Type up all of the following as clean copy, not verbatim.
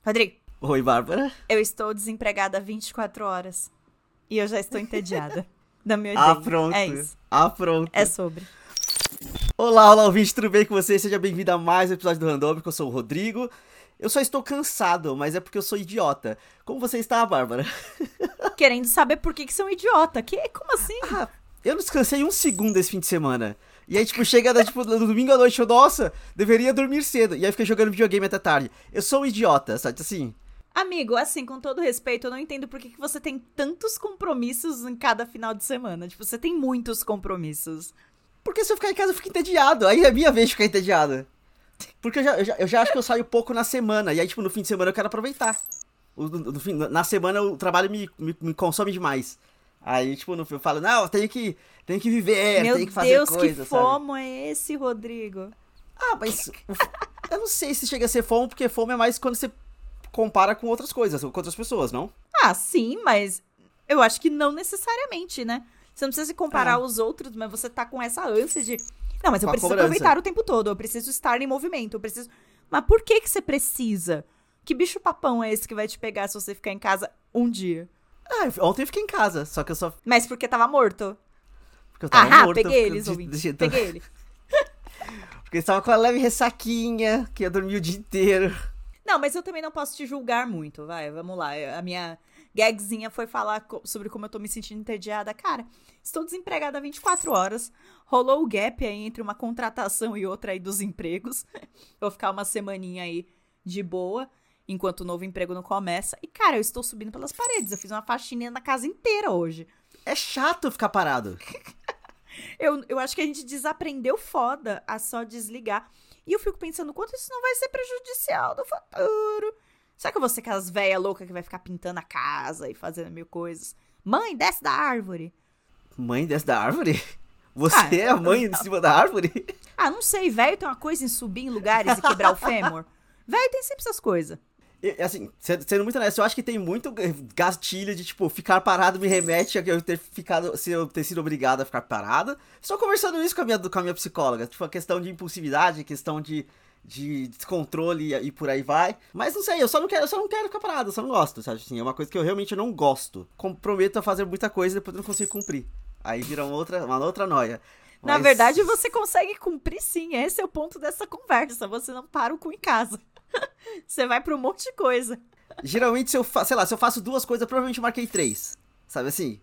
Rodrigo, Oi, Bárbara. eu estou desempregada há 24 horas. E eu já estou entediada. Da minha Ah, ideia. pronto. É isso. Ah, pronto. É sobre. Olá, ouvinte, tudo bem com você? Seja bem-vindo a mais um episódio do Randômico. Eu sou o Rodrigo. Eu só estou cansado, mas é porque eu sou idiota. Como você está, Bárbara? Querendo saber por que você é um idiota. Como assim? Ah, eu não descansei um segundo esse fim de semana. E aí, chega no domingo à noite, nossa, deveria dormir cedo. E aí fiquei jogando videogame até tarde. Eu sou um idiota, sabe assim? Amigo, assim, com todo respeito, eu não entendo por que você tem tantos compromissos em cada final de semana. Tipo, você tem muitos compromissos. Porque se eu ficar em casa, eu fico entediado. Aí é minha vez de ficar entediado. Porque eu já acho que eu saio pouco na semana. E aí, no fim de semana eu quero aproveitar. Na semana o trabalho me consome demais. Aí, eu falo, não, tenho que viver, tenho que fazer coisa, Meu Deus, que fomo sabe? é esse, Rodrigo? Ah, mas eu não sei se chega a ser fomo, porque fomo é mais quando você compara com outras coisas, com outras pessoas, não? Ah, sim, mas eu acho que não necessariamente, né? Você não precisa se comparar aos outros, mas você tá com essa ânsia de... Não, mas eu preciso aproveitar o tempo todo, eu preciso estar em movimento, eu preciso... Mas por que você precisa? Que bicho papão é esse que vai te pegar se você ficar em casa um dia? Ah, ontem eu fiquei em casa, só que eu só... Mas porque tava morto? Porque eu tava morto. Peguei eles, ouvintes. Peguei ele. Porque eu tava com a leve ressaquinha, que eu dormi o dia inteiro. Não, mas eu também não posso te julgar muito, vai, vamos lá. A minha gagzinha foi falar sobre como eu tô me sentindo entediada. Cara, estou desempregada há 24 horas. Rolou o gap aí entre uma contratação e outra aí dos empregos. Eu vou ficar uma semaninha aí de boa, enquanto o novo emprego não começa. E, cara, eu estou subindo pelas paredes. Eu fiz uma faxininha na casa inteira hoje. É chato ficar parado. Eu acho que a gente desaprendeu foda a só desligar. E eu fico pensando, quanto isso não vai ser prejudicial no futuro? Será que eu vou ser aquelas velhas loucas que vai ficar pintando a casa e fazendo mil coisas? Mãe, desce da árvore. Mãe desce da árvore? Você é a mãe de cima da árvore? Ah, não sei, velho tem uma coisa em subir em lugares e quebrar o fêmur. Velho tem sempre essas coisas. Assim, sendo muito honesto, eu acho que tem muito gastilho de, ficar parado me remete a eu ter sido obrigado a ficar parado. Só conversando isso com a minha psicóloga. A questão de impulsividade, questão de descontrole e por aí vai. Mas não sei, eu só não quero ficar parado, eu só não gosto, sabe? Assim, é uma coisa que eu realmente não gosto. Comprometo a fazer muita coisa e depois eu não consigo cumprir. Aí vira uma outra noia. Na verdade, você consegue cumprir sim, esse é o ponto dessa conversa. Você não para o cu em casa. Você vai pra um monte de coisa. Geralmente, se eu faço duas coisas, eu provavelmente marquei 3. Sabe assim?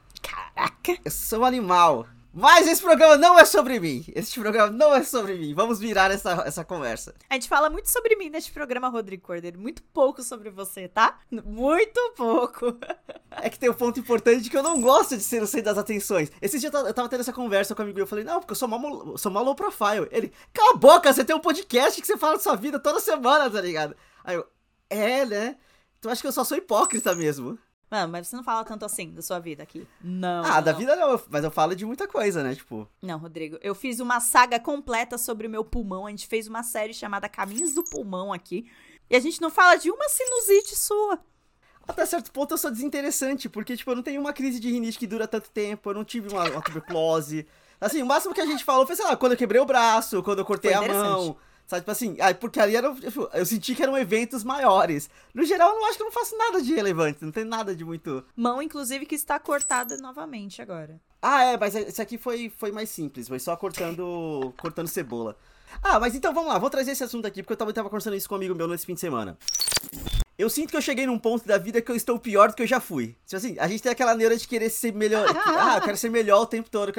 Caraca. Eu sou um animal. Mas esse programa não é sobre mim. Esse programa não é sobre mim. Vamos virar essa conversa. A gente fala muito sobre mim neste programa, Rodrigo Cordeiro. Muito pouco sobre você, tá? Muito pouco. É que tem um ponto importante de que eu não gosto de ser o centro das atenções. Esse dia eu tava tendo essa conversa com um amigo meu. Eu falei, não, porque eu sou mal low profile. Ele, cala a boca, você tem um podcast que você fala da sua vida toda semana, tá ligado? Aí eu, né? Tu acha que eu só sou hipócrita mesmo? Mano, mas você não fala tanto assim da sua vida aqui. Não. Da vida não, mas eu falo de muita coisa, né? Não, Rodrigo, eu fiz uma saga completa sobre o meu pulmão. A gente fez uma série chamada Caminhos do Pulmão aqui. E a gente não fala de uma sinusite sua. Até certo ponto eu sou desinteressante, porque, eu não tenho uma crise de rinite que dura tanto tempo, eu não tive uma tuberculose. Assim, o máximo que a gente falou foi, sei lá, quando eu quebrei o braço, quando eu cortei a mão. Sabe, porque ali eu senti que eram eventos maiores. No geral, eu não acho que eu não faço nada de relevante, não tem nada de muito... Mão, inclusive, que está cortada novamente agora. Mas esse aqui foi mais simples, foi só cortando cebola. Mas então vamos lá, vou trazer esse assunto aqui, porque eu tava conversando isso com um amigo meu nesse fim de semana. Eu sinto que eu cheguei num ponto da vida que eu estou pior do que eu já fui. Assim, a gente tem aquela neura de querer ser melhor. Eu quero ser melhor o tempo todo,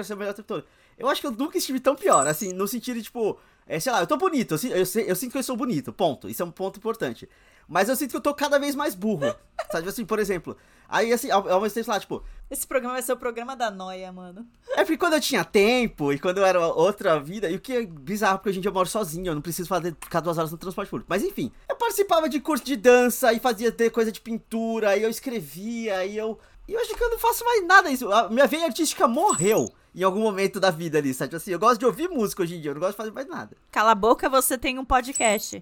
eu acho que eu nunca estive tão pior, assim, no sentido de, sei lá, eu tô bonito, eu sinto que eu sou bonito, ponto. Isso é um ponto importante. Mas eu sinto que eu tô cada vez mais burro. Sabe, assim, por exemplo, aí, assim, ao mesmo tempo, lá, esse programa vai ser o programa da noia, mano. É porque quando eu tinha tempo e quando eu era outra vida, e o que é bizarro, porque hoje em dia eu moro sozinho, eu não preciso ficar 2 horas no transporte público. Mas enfim, eu participava de curso de dança e fazia coisa de pintura, e eu escrevia, e eu acho que eu não faço mais nada disso. A minha veia artística morreu em algum momento da vida ali, sabe? Assim, eu gosto de ouvir música hoje em dia, eu não gosto de fazer mais nada. Cala a boca, você tem um podcast.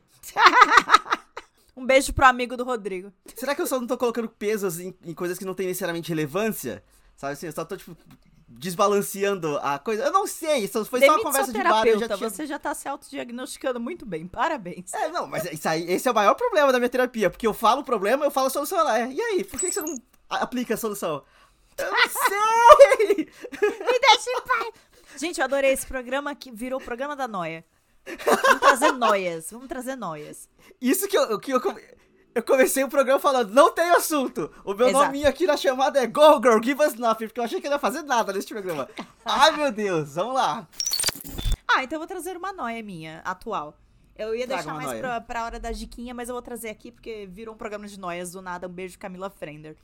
Um beijo pro amigo do Rodrigo. Será que eu só não tô colocando pesos em coisas que não tem necessariamente relevância? Sabe assim, eu só tô, desbalanceando a coisa. Eu não sei, isso foi só uma Demite conversa seu de bar. terapeuta, você já tá se autodiagnosticando muito bem, parabéns. Não, mas esse é o maior problema da minha terapia, porque eu falo o problema, eu falo a solução, ela é. E aí, por que você não aplica a solução? Eu não sei! Me deixa em paz! Gente, eu adorei esse programa que virou o programa da noia. Vamos trazer noias. Isso que eu comecei o programa falando, não tem assunto. O meu nominho aqui na chamada é Go Girl, Give Us Nothing, porque eu achei que eu não ia fazer nada nesse programa. Ai, meu Deus, vamos lá. Então eu vou trazer uma noia minha, atual. Eu ia deixar mais pra hora da diquinha, mas eu vou trazer aqui porque virou um programa de noias do nada. Um beijo, Camila Frender.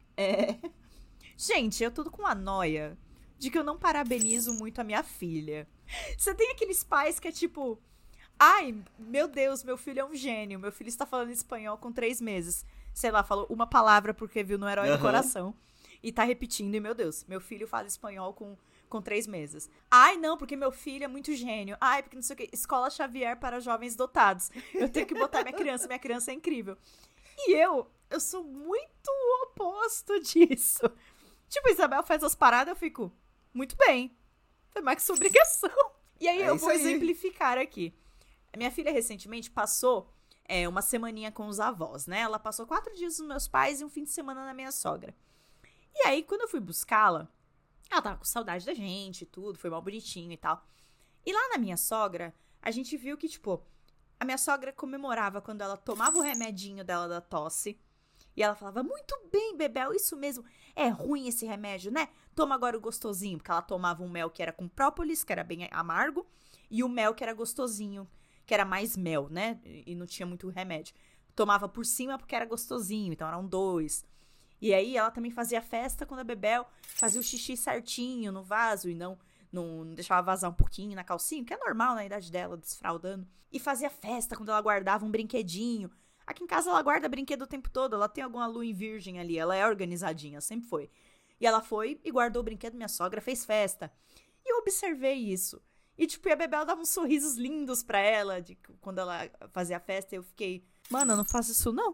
Gente, eu tô com uma noia de que eu não parabenizo muito a minha filha. Você tem aqueles pais que é tipo... Ai, meu Deus, meu filho é um gênio. Meu filho está falando espanhol com 3 meses. Sei lá, falou uma palavra porque viu no Herói do Coração. E tá repetindo. E, meu Deus, meu filho fala espanhol com 3 meses. Ai, não, porque meu filho é muito gênio. Ai, porque não sei o quê. Escola Xavier para jovens dotados. Eu tenho que botar minha criança é incrível. E eu sou muito o oposto disso. Tipo, a Isabel faz as paradas, eu fico, muito bem. Foi mais que sua obrigação. E aí eu vou exemplificar aqui. A minha filha recentemente passou uma semaninha com os avós, né? Ela passou 4 dias com meus pais e um fim de semana na minha sogra. E aí, quando eu fui buscá-la, ela tava com saudade da gente e tudo, foi mal bonitinho e tal. E lá na minha sogra, a gente viu que, tipo, a minha sogra comemorava quando ela tomava o remedinho dela da tosse. E ela falava, muito bem, Bebel, isso mesmo. É ruim esse remédio, né? Toma agora o gostosinho. Porque ela tomava um mel que era com própolis, que era bem amargo. E o mel que era gostosinho, que era mais mel, né? E não tinha muito remédio. Tomava por cima porque era gostosinho, então eram 2. E aí ela também fazia festa quando a Bebel fazia o xixi certinho no vaso e não deixava vazar um pouquinho na calcinha, que é normal na idade dela, desfraldando. E fazia festa quando ela guardava um brinquedinho. Aqui em casa ela guarda brinquedo o tempo todo, ela tem alguma lua em virgem ali, ela é organizadinha, sempre foi. E ela foi e guardou o brinquedo, minha sogra fez festa. E eu observei isso. E, tipo, a Bebel dava uns sorrisos lindos pra ela, quando ela fazia festa, eu fiquei, mano, eu não faço isso não.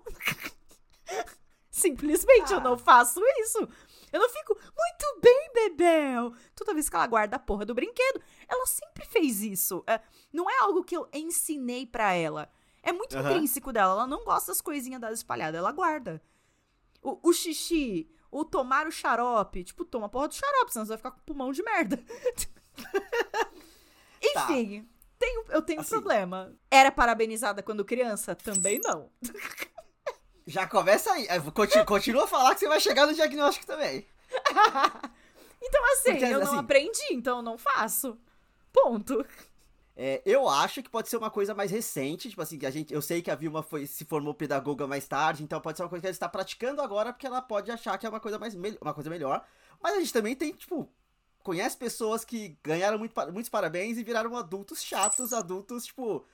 Simplesmente eu não faço isso. Eu não fico, muito bem, Bebel. Toda vez que ela guarda a porra do brinquedo, ela sempre fez isso. Não é algo que eu ensinei pra ela. É muito intrínseco dela. Ela não gosta das coisinhas dela espalhadas. Ela guarda. O xixi, o tomar o xarope. Tipo, toma a porra do xarope, senão você vai ficar com pulmão de merda. Enfim, eu tenho um problema. Era parabenizada quando criança? Também não. Já começa aí. Continua a falar que você vai chegar no diagnóstico também. Então, assim, porque, eu não aprendi, então eu não faço. Ponto. Eu acho que pode ser uma coisa mais recente, tipo assim, eu sei que a Vilma se formou pedagoga mais tarde, então pode ser uma coisa que ela está praticando agora, porque ela pode achar que é uma coisa melhor, mas a gente também tem, tipo, conhece pessoas que ganharam muitos parabéns e viraram adultos chatos, adultos, tipo,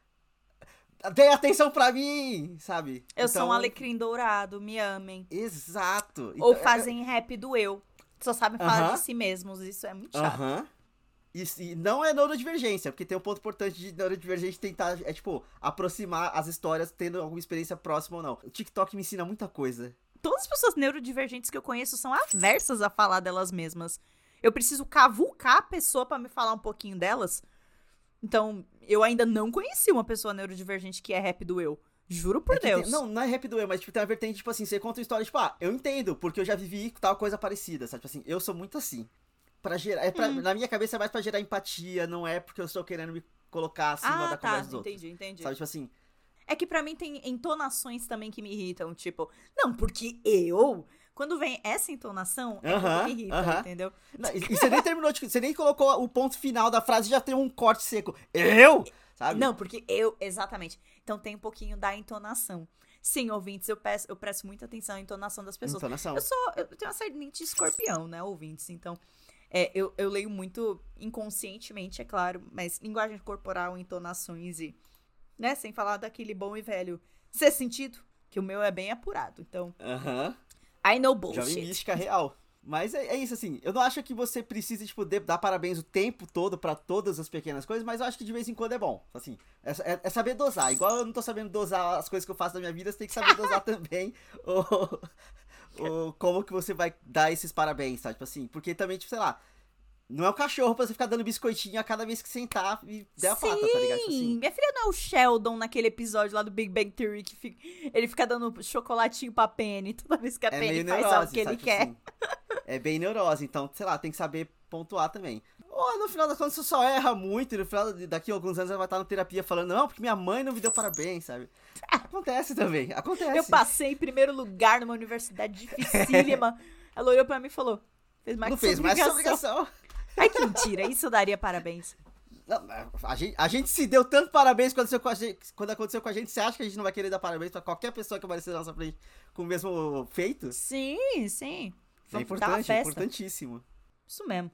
dê atenção pra mim, sabe? Eu sou um alecrim dourado, me amem. Exato. Ou fazem rap do eu, só sabem falar de si mesmos, isso é muito chato. E não é neurodivergência, porque tem um ponto importante de neurodivergente tentar, tipo, aproximar as histórias tendo alguma experiência próxima ou não. O TikTok me ensina muita coisa. Todas as pessoas neurodivergentes que eu conheço são aversas a falar delas mesmas. Eu preciso cavucar a pessoa pra me falar um pouquinho delas. Então, eu ainda não conheci uma pessoa neurodivergente que é rap do eu. Juro por Deus. Não é rap do eu, mas tipo, tem uma vertente, tipo assim, você conta uma história, tipo, eu entendo, porque eu já vivi tal coisa parecida, sabe? Tipo assim, eu sou muito assim. Na minha cabeça é mais pra gerar empatia, não é porque eu estou querendo me colocar acima da conversa dos outros. Entendi. Sabe, tipo assim... É que pra mim tem entonações também que me irritam, tipo... Não, porque eu... Quando vem essa entonação, é que me irrita, entendeu? Não, e você nem terminou, você nem colocou o ponto final da frase, já tem um corte seco. Eu? Sabe? Não, porque eu... Exatamente. Então tem um pouquinho da entonação. Sim, ouvintes, eu presto muita atenção à entonação das pessoas. Eu tenho uma ascendente de escorpião, né, ouvintes? Então... eu leio muito inconscientemente, é claro, mas linguagem corporal, entonações e, né, sem falar daquele bom e velho ser sentido, que o meu é bem apurado, então, I know bullshit. Já vi mística real, mas é isso, assim, eu não acho que você precise, tipo, dar parabéns o tempo todo pra todas as pequenas coisas, mas eu acho que de vez em quando é bom, assim, é saber dosar, igual eu não tô sabendo dosar as coisas que eu faço na minha vida, você tem que saber dosar também como que você vai dar esses parabéns, sabe? Tipo assim, porque também, tipo, sei lá, Não é um cachorro pra você ficar dando biscoitinho a cada vez que sentar e der a pata, tá ligado? Tipo Sim, assim. minha filha não é o Sheldon naquele episódio lá do Big Bang Theory que ele fica dando chocolatinho pra Penny toda vez que a É Penny meio faz algo neurose, que ele sabe? Tipo quer. assim, é bem neurose, então, sei lá, tem que saber pontuar também. Ou no final das contas você só erra muito e no final daqui a alguns anos ela vai estar na terapia falando, não, porque minha mãe não me deu parabéns, sabe? Acontece também, acontece. Eu passei em primeiro lugar numa universidade dificílima. Ela olhou pra mim e falou, fez mais Não que fez sua mais sua obrigação. obrigação. Ai, que mentira, isso daria parabéns. Não, a gente se deu tanto parabéns quando aconteceu com a gente. Você acha que a gente não vai querer dar parabéns pra qualquer pessoa que aparecer na nossa frente com o mesmo feito? Sim, sim. É Vamos curtir uma importante, é festa. importantíssimo. Isso mesmo.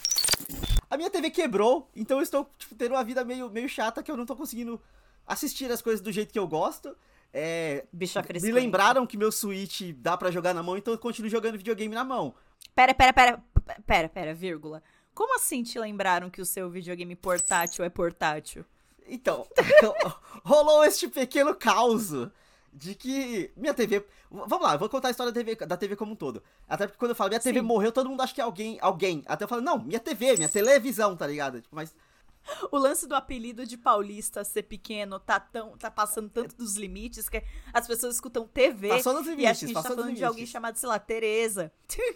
A minha TV quebrou, então eu estou tipo, tendo uma vida meio chata que eu não tô conseguindo assistir as coisas do jeito que eu gosto. Bicha Me frescura. lembraram que meu Switch dá pra jogar na mão, então eu continuo jogando videogame na mão. Pera, vírgula. Como assim te lembraram que o seu videogame portátil é portátil? Então, rolou este pequeno caos de que minha TV... Vamos lá, eu vou contar a história da TV como um todo. Até porque quando eu falo minha TV Sim. morreu, todo mundo acha que é alguém. Até eu falo, não, minha TV, minha televisão, tá ligado? Tipo, mas... O lance do apelido de paulista ser pequeno tá passando tanto dos limites que as pessoas escutam TV Passou dos e limites, acham que a gente tá passou dos falando de limites. alguém chamado, sei lá, Tereza.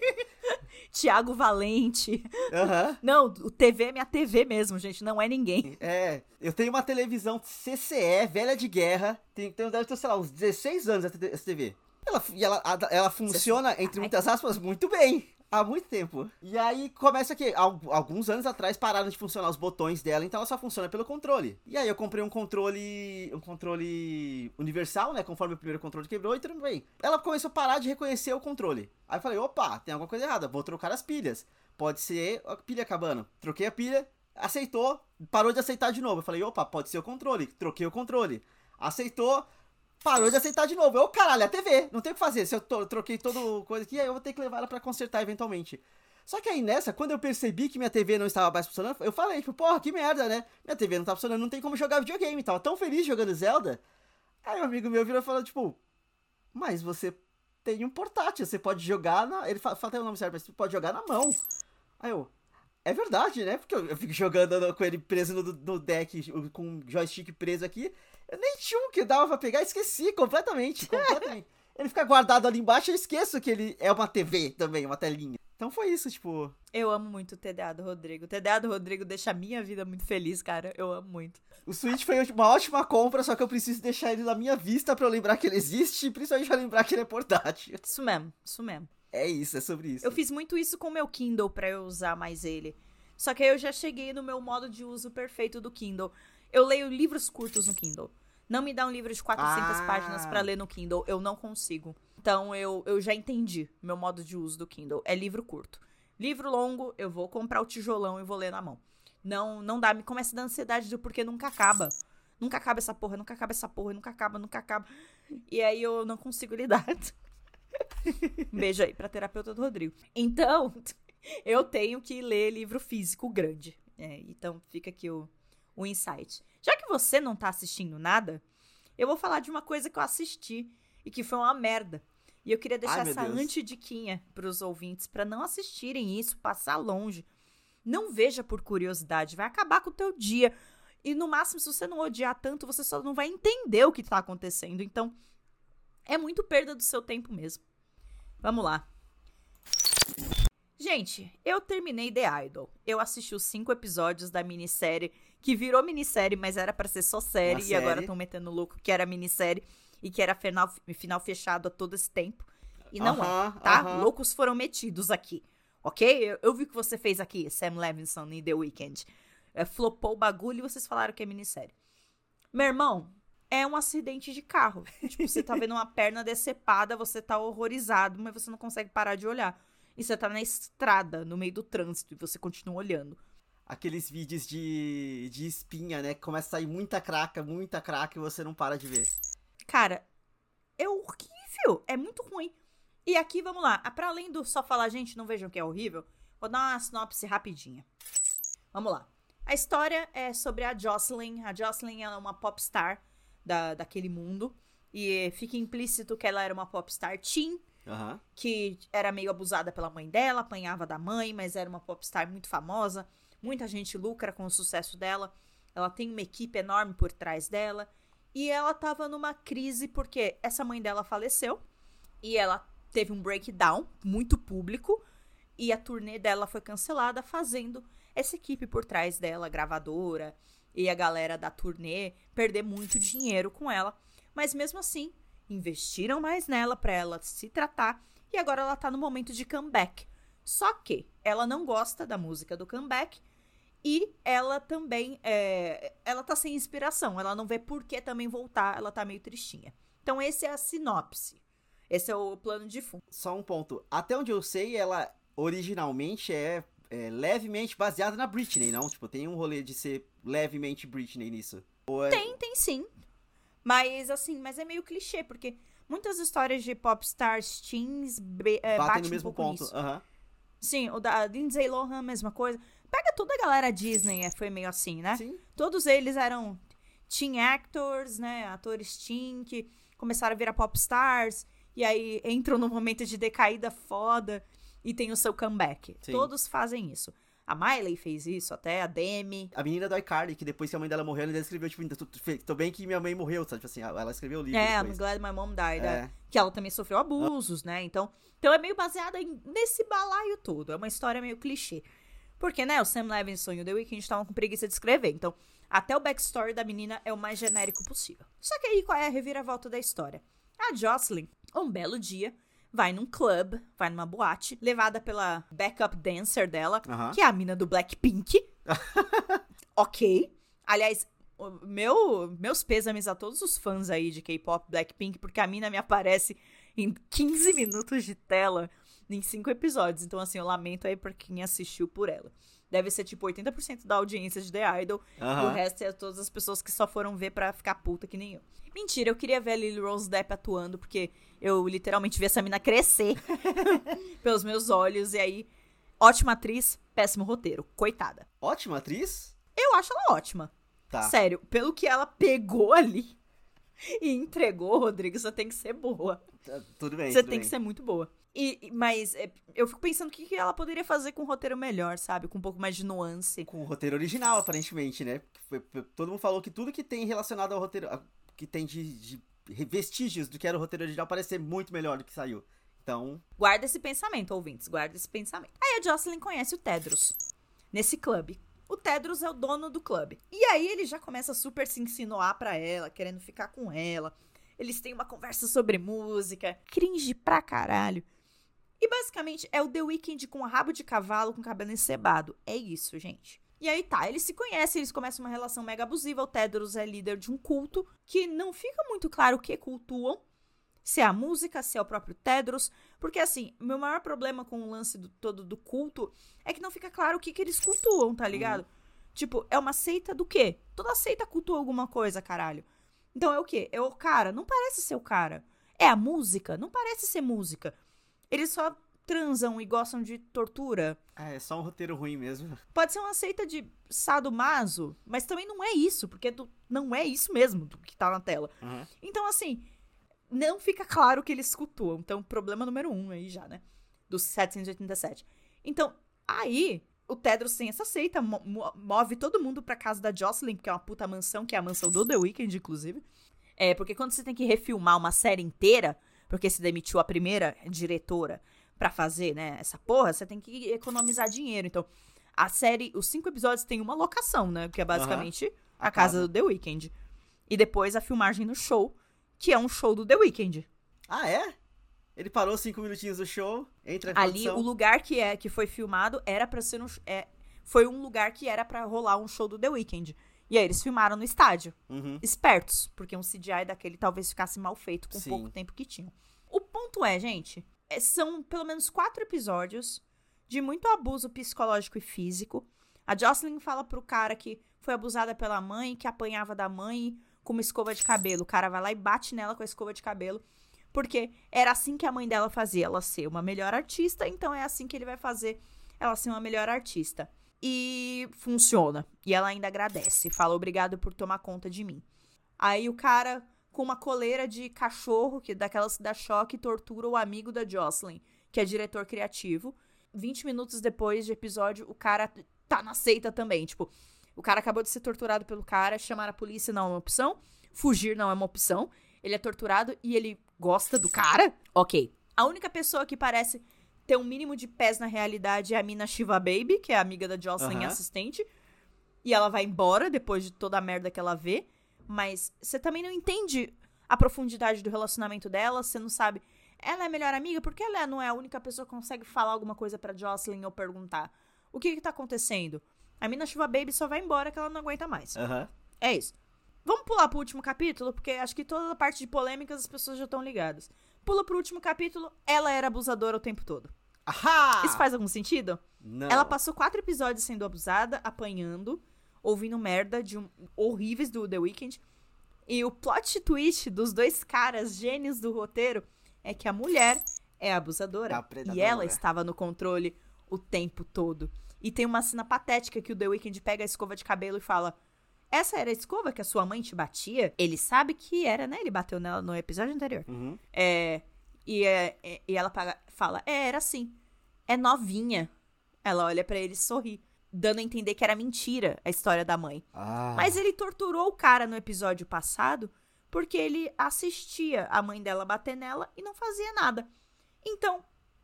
Tiago Valente. Aham. Não, o TV é minha TV mesmo, gente, não é ninguém. Eu tenho uma televisão CCE, velha de guerra, deve ter, sei lá, uns 16 anos essa TV. Ela funciona, entre muitas aspas, muito bem. Há muito tempo. E aí começa que, alguns anos atrás, pararam de funcionar os botões dela, então ela só funciona pelo controle. E aí eu comprei um controle universal, né, conforme o primeiro controle quebrou, e tudo bem. Ela começou a parar de reconhecer o controle. Aí eu falei, opa, tem alguma coisa errada, vou trocar as pilhas. Pode ser a pilha acabando. Troquei a pilha, aceitou, parou de aceitar de novo. Eu falei, opa, pode ser o controle. Troquei o controle. Aceitou, parou de aceitar de novo. Eu, caralho, é a TV, não tem o que fazer. Se eu troquei toda coisa aqui, aí eu vou ter que levar ela pra consertar eventualmente. Só que aí nessa, quando eu percebi que minha TV não estava mais funcionando, eu falei, tipo, porra, que merda, né? Minha TV não tá funcionando, não tem como jogar videogame. Tava tão feliz jogando Zelda. Aí um amigo meu virou e falou, tipo, mas você tem um portátil, você pode jogar na... Ele fala até o nome certo, mas você pode jogar na mão. Aí eu, é verdade, né? Porque eu fico jogando com ele preso no deck, com o joystick preso aqui. Eu nem tinha um que dava pra pegar, esqueci completamente. Ele fica guardado ali embaixo, eu esqueço que ele é uma TV também, uma telinha. Então foi isso, tipo... Eu amo muito o TDA do Rodrigo. O TDA do Rodrigo deixa a minha vida muito feliz, cara. Eu amo muito. O Switch foi uma ótima compra, só que eu preciso deixar ele na minha vista pra eu lembrar que ele existe e principalmente pra lembrar que ele é portátil. Isso mesmo, isso mesmo. É isso, é sobre isso. Eu fiz muito isso com o meu Kindle pra eu usar mais ele. Só que aí eu já cheguei no meu modo de uso perfeito do Kindle. Eu leio livros curtos no Kindle. Não me dá um livro de 400 páginas pra ler no Kindle. Eu não consigo. Então eu já entendi meu modo de uso do Kindle. É livro curto. Livro longo, eu vou comprar o tijolão e vou ler na mão. Não dá, me começa a dar ansiedade do porquê nunca acaba. Nunca acaba essa porra, nunca acaba essa porra, nunca acaba. E aí eu não consigo lidar. Um beijo aí pra terapeuta do Rodrigo. Então, eu tenho que ler livro físico grande. Então fica aqui o insight. Já que você não tá assistindo nada, eu vou falar de uma coisa que eu assisti e que foi uma merda. E eu queria deixar essa antidiquinha pros ouvintes pra não assistirem isso, passar longe. Não veja por curiosidade, vai acabar com o teu dia. E no máximo, se você não odiar tanto, você só não vai entender o que tá acontecendo. Então, é muito perda do seu tempo mesmo. Vamos lá. Gente, eu terminei The Idol. Eu assisti os 5 episódios da minissérie, que virou minissérie, mas era pra ser só série. E agora estão metendo louco que era minissérie e que era final fechado a todo esse tempo. E não é, tá? Loucos foram metidos aqui, ok? Eu vi o que você fez aqui, Sam Levinson e The Weeknd. Flopou o bagulho e vocês falaram que é minissérie. Meu irmão, é um acidente de carro. Tipo, você tá vendo uma perna decepada, você tá horrorizado, mas você não consegue parar de olhar. E você tá na estrada, no meio do trânsito, e você continua olhando. Aqueles vídeos de espinha, né? Que começa a sair muita craca e você não para de ver. Cara, é horrível. É muito ruim. E aqui, vamos lá. Pra além do só falar, gente, não vejam que é horrível, vou dar uma sinopse rapidinha. Vamos lá. A história é sobre a Jocelyn. A Jocelyn é uma popstar daquele mundo. E fica implícito que ela era uma popstar teen. Aham. que era meio abusada pela mãe dela, apanhava da mãe, mas era uma popstar muito famosa. Muita gente lucra com o sucesso dela. Ela tem uma equipe enorme por trás dela. E ela tava numa crise porque essa mãe dela faleceu. E ela teve um breakdown muito público. E a turnê dela foi cancelada, fazendo essa equipe por trás dela, a gravadora e a galera da turnê, perder muito dinheiro com ela. Mas mesmo assim, investiram mais nela pra ela se tratar. E agora ela tá no momento de comeback. Só que ela não gosta da música do comeback. E ela também, ela tá sem inspiração. Ela não vê por que também voltar. Ela tá meio tristinha. Então esse é a sinopse. Esse é o plano de fundo. Só um ponto. Até onde eu sei, ela originalmente é levemente baseada na Britney, não? Tipo, tem um rolê de ser levemente Britney nisso. Ou Tem sim. Mas assim, mas é meio clichê. Porque muitas histórias de popstars teens batem no mesmo um pouco ponto. nisso. Aham. Sim, o da Lindsay Lohan, mesma coisa. Pega toda a galera Disney, foi meio assim, né? Sim. Todos eles eram teen actors, né? Atores teen que começaram a virar popstars. E aí entram num momento de decaída foda e tem o seu comeback. Sim. Todos fazem isso. A Miley fez isso, até a Demi. A menina do iCarly, que depois que a mãe dela morreu, ela escreveu, tipo, tô bem que minha mãe morreu, sabe? Tipo assim, ela escreveu o livro I'm depois. Glad My Mom Died. É. Que ela também sofreu abusos, né? Então é meio baseada nesse balaio todo. É uma história meio clichê. Porque, né, o Sam Levinson e o The Weeknd estavam com preguiça de escrever. Então, até o backstory da menina é o mais genérico possível. Só que aí, qual é a reviravolta da história? A Jocelyn, um belo dia, vai num club, vai numa boate, levada pela backup dancer dela, que é a mina do Blackpink. Ok. Aliás, meus pêsames a todos os fãs aí de K-pop, Blackpink, porque a mina me aparece em 15 minutos de tela em 5 episódios. Então, assim, eu lamento aí pra quem assistiu por ela. Deve ser, tipo, 80% da audiência de The Idol. E o resto é todas as pessoas que só foram ver pra ficar puta que nem eu. Mentira, eu queria ver a Lily Rose Depp atuando, porque eu literalmente vi essa mina crescer pelos meus olhos. E aí, ótima atriz, péssimo roteiro. Coitada. Ótima atriz? Eu acho ela ótima. Tá. Sério, pelo que ela pegou ali e entregou, Rodrigo, você tem que ser boa. Tudo bem, Você tudo tem bem. que ser muito boa. Mas eu fico pensando o que ela poderia fazer com um roteiro melhor, sabe? Com um pouco mais de nuance. Com o roteiro original, aparentemente, né? Todo mundo falou que tudo que tem relacionado ao roteiro, que tem de vestígios do que era o roteiro original, parece ser muito melhor do que saiu. Então... Guarda esse pensamento, ouvintes. Guarda esse pensamento. Aí a Jocelyn conhece o Tedros nesse clube. O Tedros é o dono do clube. E aí ele já começa a super se insinuar pra ela, querendo ficar com ela. Eles têm uma conversa sobre música. Cringe pra caralho. E basicamente é o The Weeknd com rabo de cavalo, com cabelo encebado. É isso, gente. E aí tá, eles se conhecem, eles começam uma relação mega abusiva. O Tedros é líder de um culto que não fica muito claro o que cultuam. Se é a música, se é o próprio Tedros. Porque assim, meu maior problema com o lance todo do culto é que não fica claro o que eles cultuam, tá ligado? Tipo, é uma seita do quê? Toda seita cultua alguma coisa, caralho. Então é o quê? É o cara? Não parece ser o cara. É a música? Não parece ser música. Eles só transam e gostam de tortura. É só um roteiro ruim mesmo. Pode ser uma seita de sadomaso, mas também não é isso, porque não é isso mesmo do que tá na tela. Então, assim, não fica claro o que eles cultuam. Então, problema número 1 aí já, né? Dos 787. Então, aí, o Tedros tem essa seita, move todo mundo pra casa da Jocelyn, que é uma puta mansão, que é a mansão do The Weeknd, inclusive. Porque quando você tem que refilmar uma série inteira, porque se demitiu a primeira diretora pra fazer, né, essa porra, você tem que economizar dinheiro. Então, a série, os 5 episódios tem uma locação, né, que é basicamente a casa do The Weeknd. E depois a filmagem no show, que é um show do The Weeknd. Ah, é? Ele parou 5 minutinhos do show, entra em Ali, produção. o lugar que foi filmado era pra ser foi um lugar que era pra rolar um show do The Weeknd. E aí eles filmaram no estádio. Espertos, porque um CGI daquele talvez ficasse mal feito com o pouco tempo que tinham. O ponto é, gente, são pelo menos 4 episódios de muito abuso psicológico e físico. A Jocelyn fala pro cara que foi abusada pela mãe, que apanhava da mãe com uma escova de cabelo. O cara vai lá e bate nela com a escova de cabelo. Porque era assim que a mãe dela fazia ela ser uma melhor artista, então é assim que ele vai fazer ela ser uma melhor artista. E funciona. E ela ainda agradece. Fala, obrigado por tomar conta de mim. Aí o cara com uma coleira de cachorro, que daquelas que dá choque e tortura o amigo da Jocelyn, que é diretor criativo. 20 minutos depois de episódio, o cara tá na seita também. Tipo, o cara acabou de ser torturado pelo cara, chamar a polícia não é uma opção, fugir não é uma opção. Ele é torturado e ele gosta do cara? Ok. A única pessoa que parece ter um mínimo de pés na realidade é a mina Shiva Baby, que é a amiga da Jocelyn e assistente. E ela vai embora depois de toda a merda que ela vê. Mas você também não entende a profundidade do relacionamento dela, você não sabe. Ela é a melhor amiga porque ela não é a única pessoa que consegue falar alguma coisa pra Jocelyn ou perguntar. O que tá acontecendo? A mina Shiva Baby só vai embora que ela não aguenta mais. É isso. Vamos pular pro último capítulo, porque acho que toda a parte de polêmicas as pessoas já estão ligadas. Pula pro último capítulo, ela era abusadora o tempo todo. Ahá! Isso faz algum sentido? Não. Ela passou 4 episódios sendo abusada, apanhando, ouvindo merda horríveis do The Weeknd. E o plot twist dos dois caras gênios do roteiro é que a mulher é abusadora. E ela estava no controle o tempo todo. E tem uma cena patética que o The Weeknd pega a escova de cabelo e fala: essa era a escova que a sua mãe te batia? Ele sabe que era, né? Ele bateu nela no episódio anterior. E ela fala: era assim. É novinha. Ela olha pra ele e sorri, dando a entender que era mentira a história da mãe. Mas ele torturou o cara no episódio passado porque ele assistia a mãe dela bater nela e não fazia nada. Então,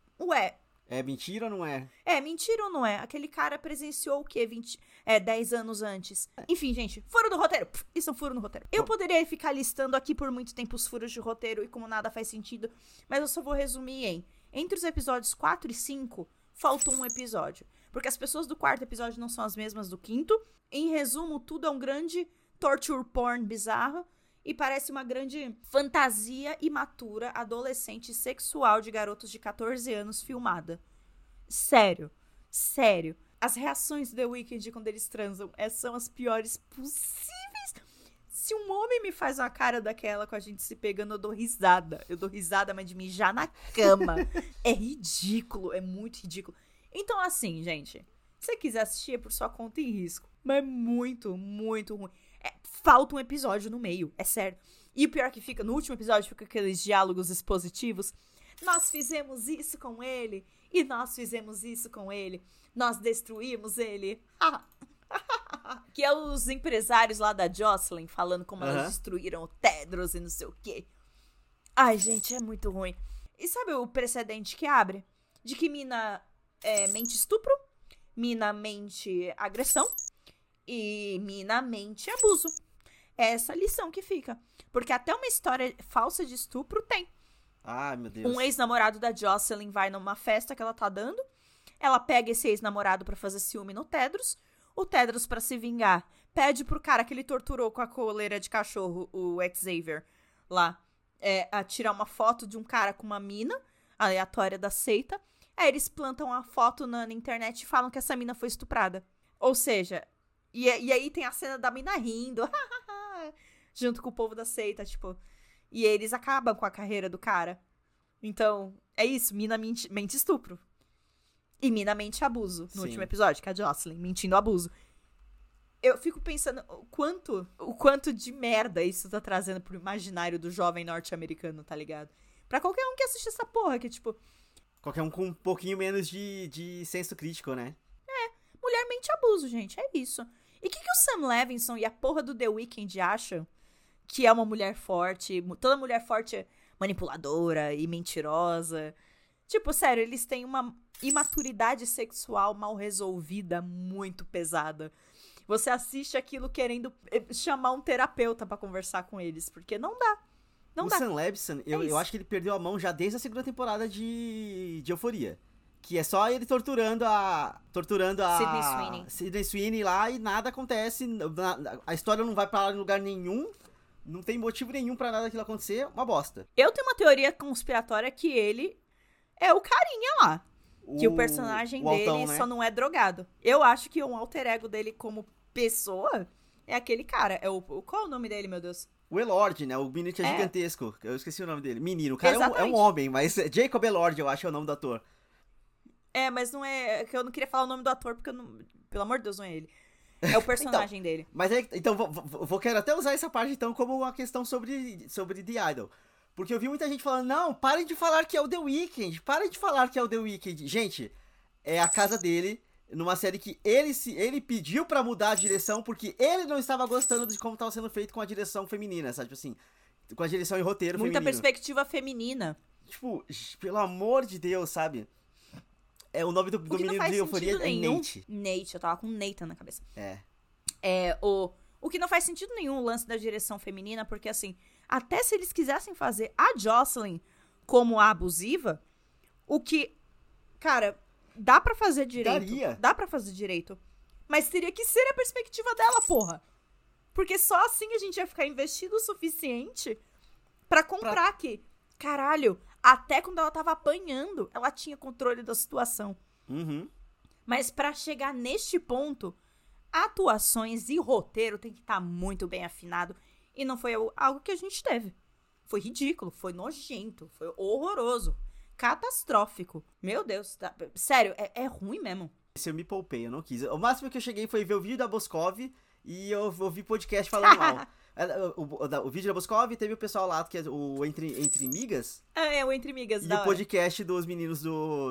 é mentira ou não é? É mentira ou não é? Aquele cara presenciou o quê? 10 anos antes. Enfim, gente, furo do roteiro. Isso é um furo no roteiro. Eu poderia ficar listando aqui por muito tempo os furos de roteiro e como nada faz sentido, mas eu só vou resumir entre os episódios 4 e 5, faltou um episódio. Porque as pessoas do 4º episódio não são as mesmas do 5º. Em resumo, tudo é um grande torture porn bizarro e parece uma grande fantasia imatura, adolescente sexual de garotos de 14 anos filmada. Sério. As reações do The Weeknd quando eles transam são as piores possíveis. Se um homem me faz uma cara daquela com a gente se pegando, eu dou risada. Eu dou risada, mas de mijar na cama. É ridículo, é muito ridículo. Então, assim, gente, se você quiser assistir, é por sua conta e risco. Mas é muito, muito ruim. Falta um episódio no meio, é sério. E o pior que fica, no último episódio, fica aqueles diálogos expositivos. Nós fizemos isso com ele, e nós fizemos isso com ele. Nós destruímos ele. Que é os empresários lá da Jocelyn falando como elas destruíram o Tedros e não sei o quê. Ai, gente, é muito ruim. E sabe o precedente que abre? De que mina mente estupro, mina mente agressão e mina mente abuso. É essa lição que fica. Porque até uma história falsa de estupro tem. Ai, meu Deus. Um ex-namorado da Jocelyn vai numa festa que ela tá dando. Ela pega esse ex-namorado pra fazer ciúme no Tedros. O Tedros, pra se vingar, pede pro cara que ele torturou com a coleira de cachorro, o Xavier, lá, a tirar uma foto de um cara com uma mina aleatória da seita. Aí eles plantam a foto na internet e falam que essa mina foi estuprada. Ou seja, e aí tem a cena da mina rindo, junto com o povo da seita, tipo. E eles acabam com a carreira do cara. Então, é isso, mina mente estupro. E mina mente abuso, no último episódio, que é a Jocelyn, mentindo abuso. Eu fico pensando o quanto de merda isso tá trazendo pro imaginário do jovem norte-americano, tá ligado? Pra qualquer um que assiste essa porra, que tipo... Qualquer um com um pouquinho menos de senso crítico, né? Mulher mente abuso, gente, é isso. E o que o Sam Levinson e a porra do The Weeknd acham que é uma mulher forte? Toda mulher forte é manipuladora e mentirosa. Tipo, sério, eles têm uma imaturidade sexual mal resolvida muito pesada. Você assiste aquilo querendo chamar um terapeuta pra conversar com eles, porque não dá. Não dá. O Sam Levinson, eu acho que ele perdeu a mão já desde a segunda temporada de Euphoria. Que é só ele torturando a Sydney Sweeney lá e nada acontece. A história não vai pra lugar nenhum. Não tem motivo nenhum pra nada daquilo acontecer. Uma bosta. Eu tenho uma teoria conspiratória que ele é o carinha lá. Que o personagem dele Altão, né? Só não é drogado. Eu acho que um alter ego dele como pessoa é aquele cara. Qual é o nome dele, meu Deus? O Elord, né? O menino que é gigantesco. Eu esqueci o nome dele. Menino. O cara é um homem, mas Jacob Elord, eu acho, é o nome do ator. Mas não é... Eu não queria falar o nome do ator, porque pelo amor de Deus, não é ele. É o personagem dele. Mas aí, então, quero até usar essa parte, então, como uma questão sobre The Idol. Porque eu vi muita gente falando, não, parem de falar que é o The Weeknd, parem de falar que é o The Weeknd. Gente, é a casa dele, numa série que ele pediu pra mudar a direção, porque ele não estava gostando de como estava sendo feito com a direção feminina, sabe? Tipo assim, com a direção e roteiro Muita feminino. perspectiva feminina. Tipo, pelo amor de Deus, sabe? O nome do menino de Euforia é Nate. Nate, eu tava com Nathan na cabeça. O que não faz sentido nenhum o lance da direção feminina, porque assim, até se eles quisessem fazer a Jocelyn como a abusiva, o que, cara, dá pra fazer direito. Daria. Dá pra fazer direito. Mas teria que ser a perspectiva dela, porra. Porque só assim a gente ia ficar investido o suficiente pra comprar que, caralho, até quando ela tava apanhando, ela tinha controle da situação. Uhum. Mas pra chegar neste ponto, atuações e roteiro tem que estar muito bem afinado. E não foi algo que a gente teve. Foi ridículo, foi nojento, foi horroroso, catastrófico. Meu Deus, sério, é ruim mesmo. Esse eu me poupei, eu não quis. O máximo que eu cheguei foi ver o vídeo da Boscov e eu ouvi podcast falando mal. O vídeo da Boscov teve o pessoal lá, que é o Entre Migas. O Entre Migas, e o podcast dos meninos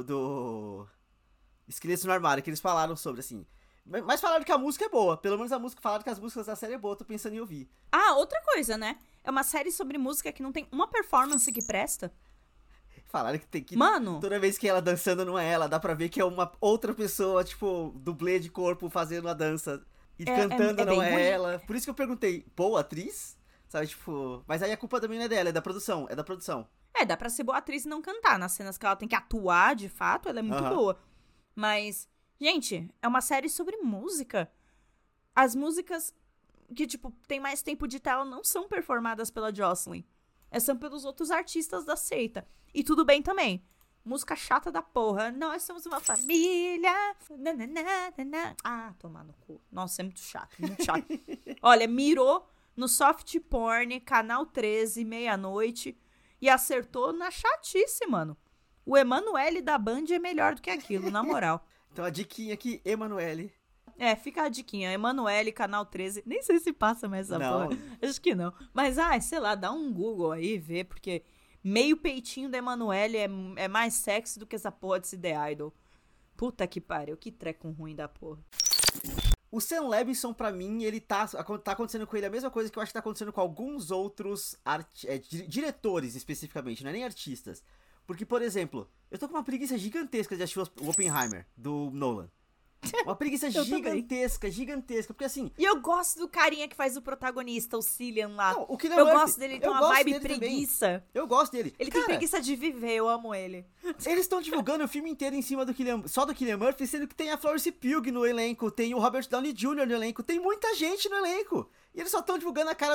do Esqueletos no Armário, que eles falaram sobre, assim... Mas falaram que a música é boa. Pelo menos falaram que as músicas da série é boa. Tô pensando em ouvir. Outra coisa, né? É uma série sobre música que não tem uma performance que presta. Falaram que tem que... Mano! Toda vez que ela dançando não é ela, dá pra ver que é uma outra pessoa, tipo, dublê de corpo fazendo a dança. E cantando não é ela. Por isso que eu perguntei, boa atriz? Sabe, tipo... Mas aí a culpa também não é dela, é da produção. Dá pra ser boa atriz e não cantar. Nas cenas que ela tem que atuar, de fato, ela é muito boa. Mas... Gente, é uma série sobre música. As músicas que, tipo, tem mais tempo de tela não são performadas pela Jocelyn. São pelos outros artistas da seita. E tudo bem também. Música chata da porra. Nós somos uma família. Tomar no cu. Nossa, é muito chato, muito chato. Olha, mirou no soft porn, canal 13, meia-noite. E acertou na chatice, mano. O Emanuele da Band é melhor do que aquilo, na moral. Então a diquinha aqui, Emanuele. Fica a diquinha. Emanuele, canal 13. Nem sei se passa mais essa porra. Acho que não. Mas, sei lá, dá um Google aí, vê, porque meio peitinho da Emanuele é mais sexy do que essa porra desse The Idol. Puta que pariu, que treco ruim da porra. O Sam Levinson, pra mim, ele tá acontecendo com ele a mesma coisa que eu acho que tá acontecendo com alguns outros diretores, especificamente, não é nem artistas. Porque, por exemplo, eu tô com uma preguiça gigantesca de assistir o Oppenheimer, do Nolan. Uma preguiça gigantesca, porque assim... E eu gosto do carinha que faz o protagonista, o Cillian lá. Não, o Cillian eu Murphy, gosto dele, ele tem uma vibe preguiça. Também. Eu gosto dele. Ele tem preguiça de viver, eu amo ele. Eles estão divulgando o filme inteiro em cima só do Cillian Murphy, sendo que tem a Florence Pugh no elenco, tem o Robert Downey Jr. no elenco, tem muita gente no elenco. E eles só estão divulgando a cara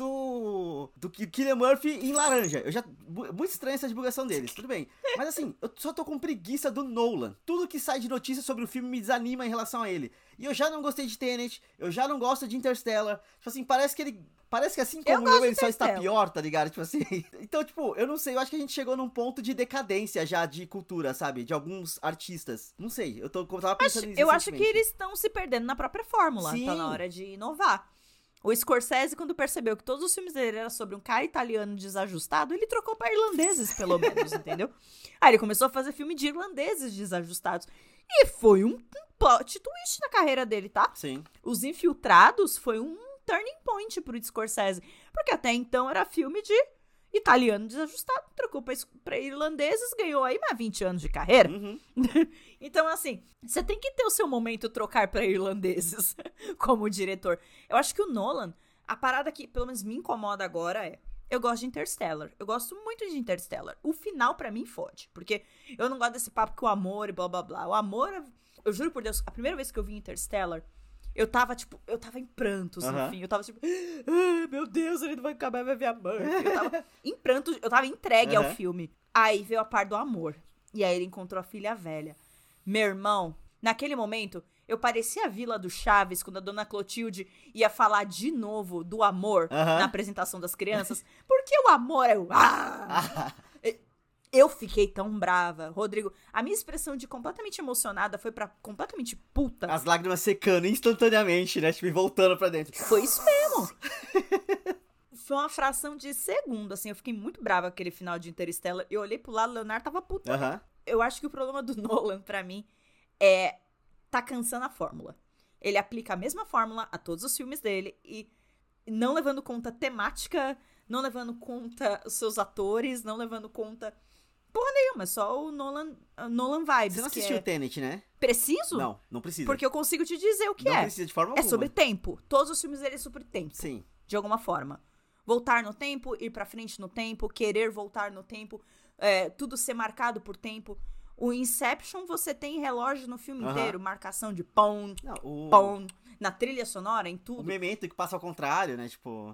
do Cillian Murphy em laranja. Muito estranha essa divulgação deles, tudo bem. Mas assim, eu só tô com preguiça do Nolan. Tudo que sai de notícia sobre o filme me desanima em relação a ele. E eu já não gostei de Tenet, eu já não gosto de Interstellar. Tipo assim, parece que assim como ele só está pior, tá ligado? Tipo assim. Então, tipo, eu não sei, eu acho que a gente chegou num ponto de decadência já de cultura, sabe? De alguns artistas. Não sei, eu tava pensando nisso. Eu acho que eles estão se perdendo na própria fórmula. Sim. Tá na hora de inovar. O Scorsese, quando percebeu que todos os filmes dele eram sobre um cara italiano desajustado, ele trocou pra irlandeses, pelo menos, entendeu? Aí ele começou a fazer filme de irlandeses desajustados. E foi um plot twist na carreira dele, tá? Sim. Os Infiltrados foi um turning point pro Scorsese. Porque até então era filme de italiano desajustado, trocou pra irlandeses, ganhou aí mais 20 anos de carreira. Uhum. Então, assim, você tem que ter o seu momento trocar pra irlandeses como diretor. Eu acho que o Nolan, a parada que pelo menos me incomoda agora eu gosto de Interstellar. Eu gosto muito de Interstellar. O final pra mim fode, porque eu não gosto desse papo que o amor e blá blá blá. O amor, eu juro por Deus, a primeira vez que eu vi Interstellar, eu tava em prantos no fim. Eu tava tipo, meu Deus, ele não vai acabar, vai ver a mãe. Eu tava em prantos, eu tava entregue ao filme. Aí veio a parte do amor. E aí ele encontrou a filha velha. Meu irmão, naquele momento, eu parecia a Vila do Chaves, quando a dona Clotilde ia falar de novo do amor na apresentação das crianças. Porque o amor é o... Eu fiquei tão brava, Rodrigo. A minha expressão de completamente emocionada foi pra completamente puta. As lágrimas secando instantaneamente, né? Tipo, e voltando pra dentro. Foi isso mesmo. Foi uma fração de segundo, assim. Eu fiquei muito brava com aquele final de Interstellar. Eu olhei pro lado, o Leonardo tava puto. Eu acho que o problema do Nolan, pra mim, tá cansando a fórmula. Ele aplica a mesma fórmula a todos os filmes dele e não levando conta temática, não levando conta os seus atores, não levando conta porra nenhuma, só o Nolan vibes. Você não assistiu o Tenet, né? Preciso? Não precisa. Porque eu consigo te dizer o que não precisa de forma alguma. É sobre tempo. Todos os filmes dele é sobre tempo. Sim. De alguma forma. Voltar no tempo, ir pra frente no tempo, querer voltar no tempo, tudo ser marcado por tempo. O Inception, você tem relógio no filme inteiro, marcação de pão, pão, na trilha sonora, em tudo. O Memento que passa ao contrário, né, tipo...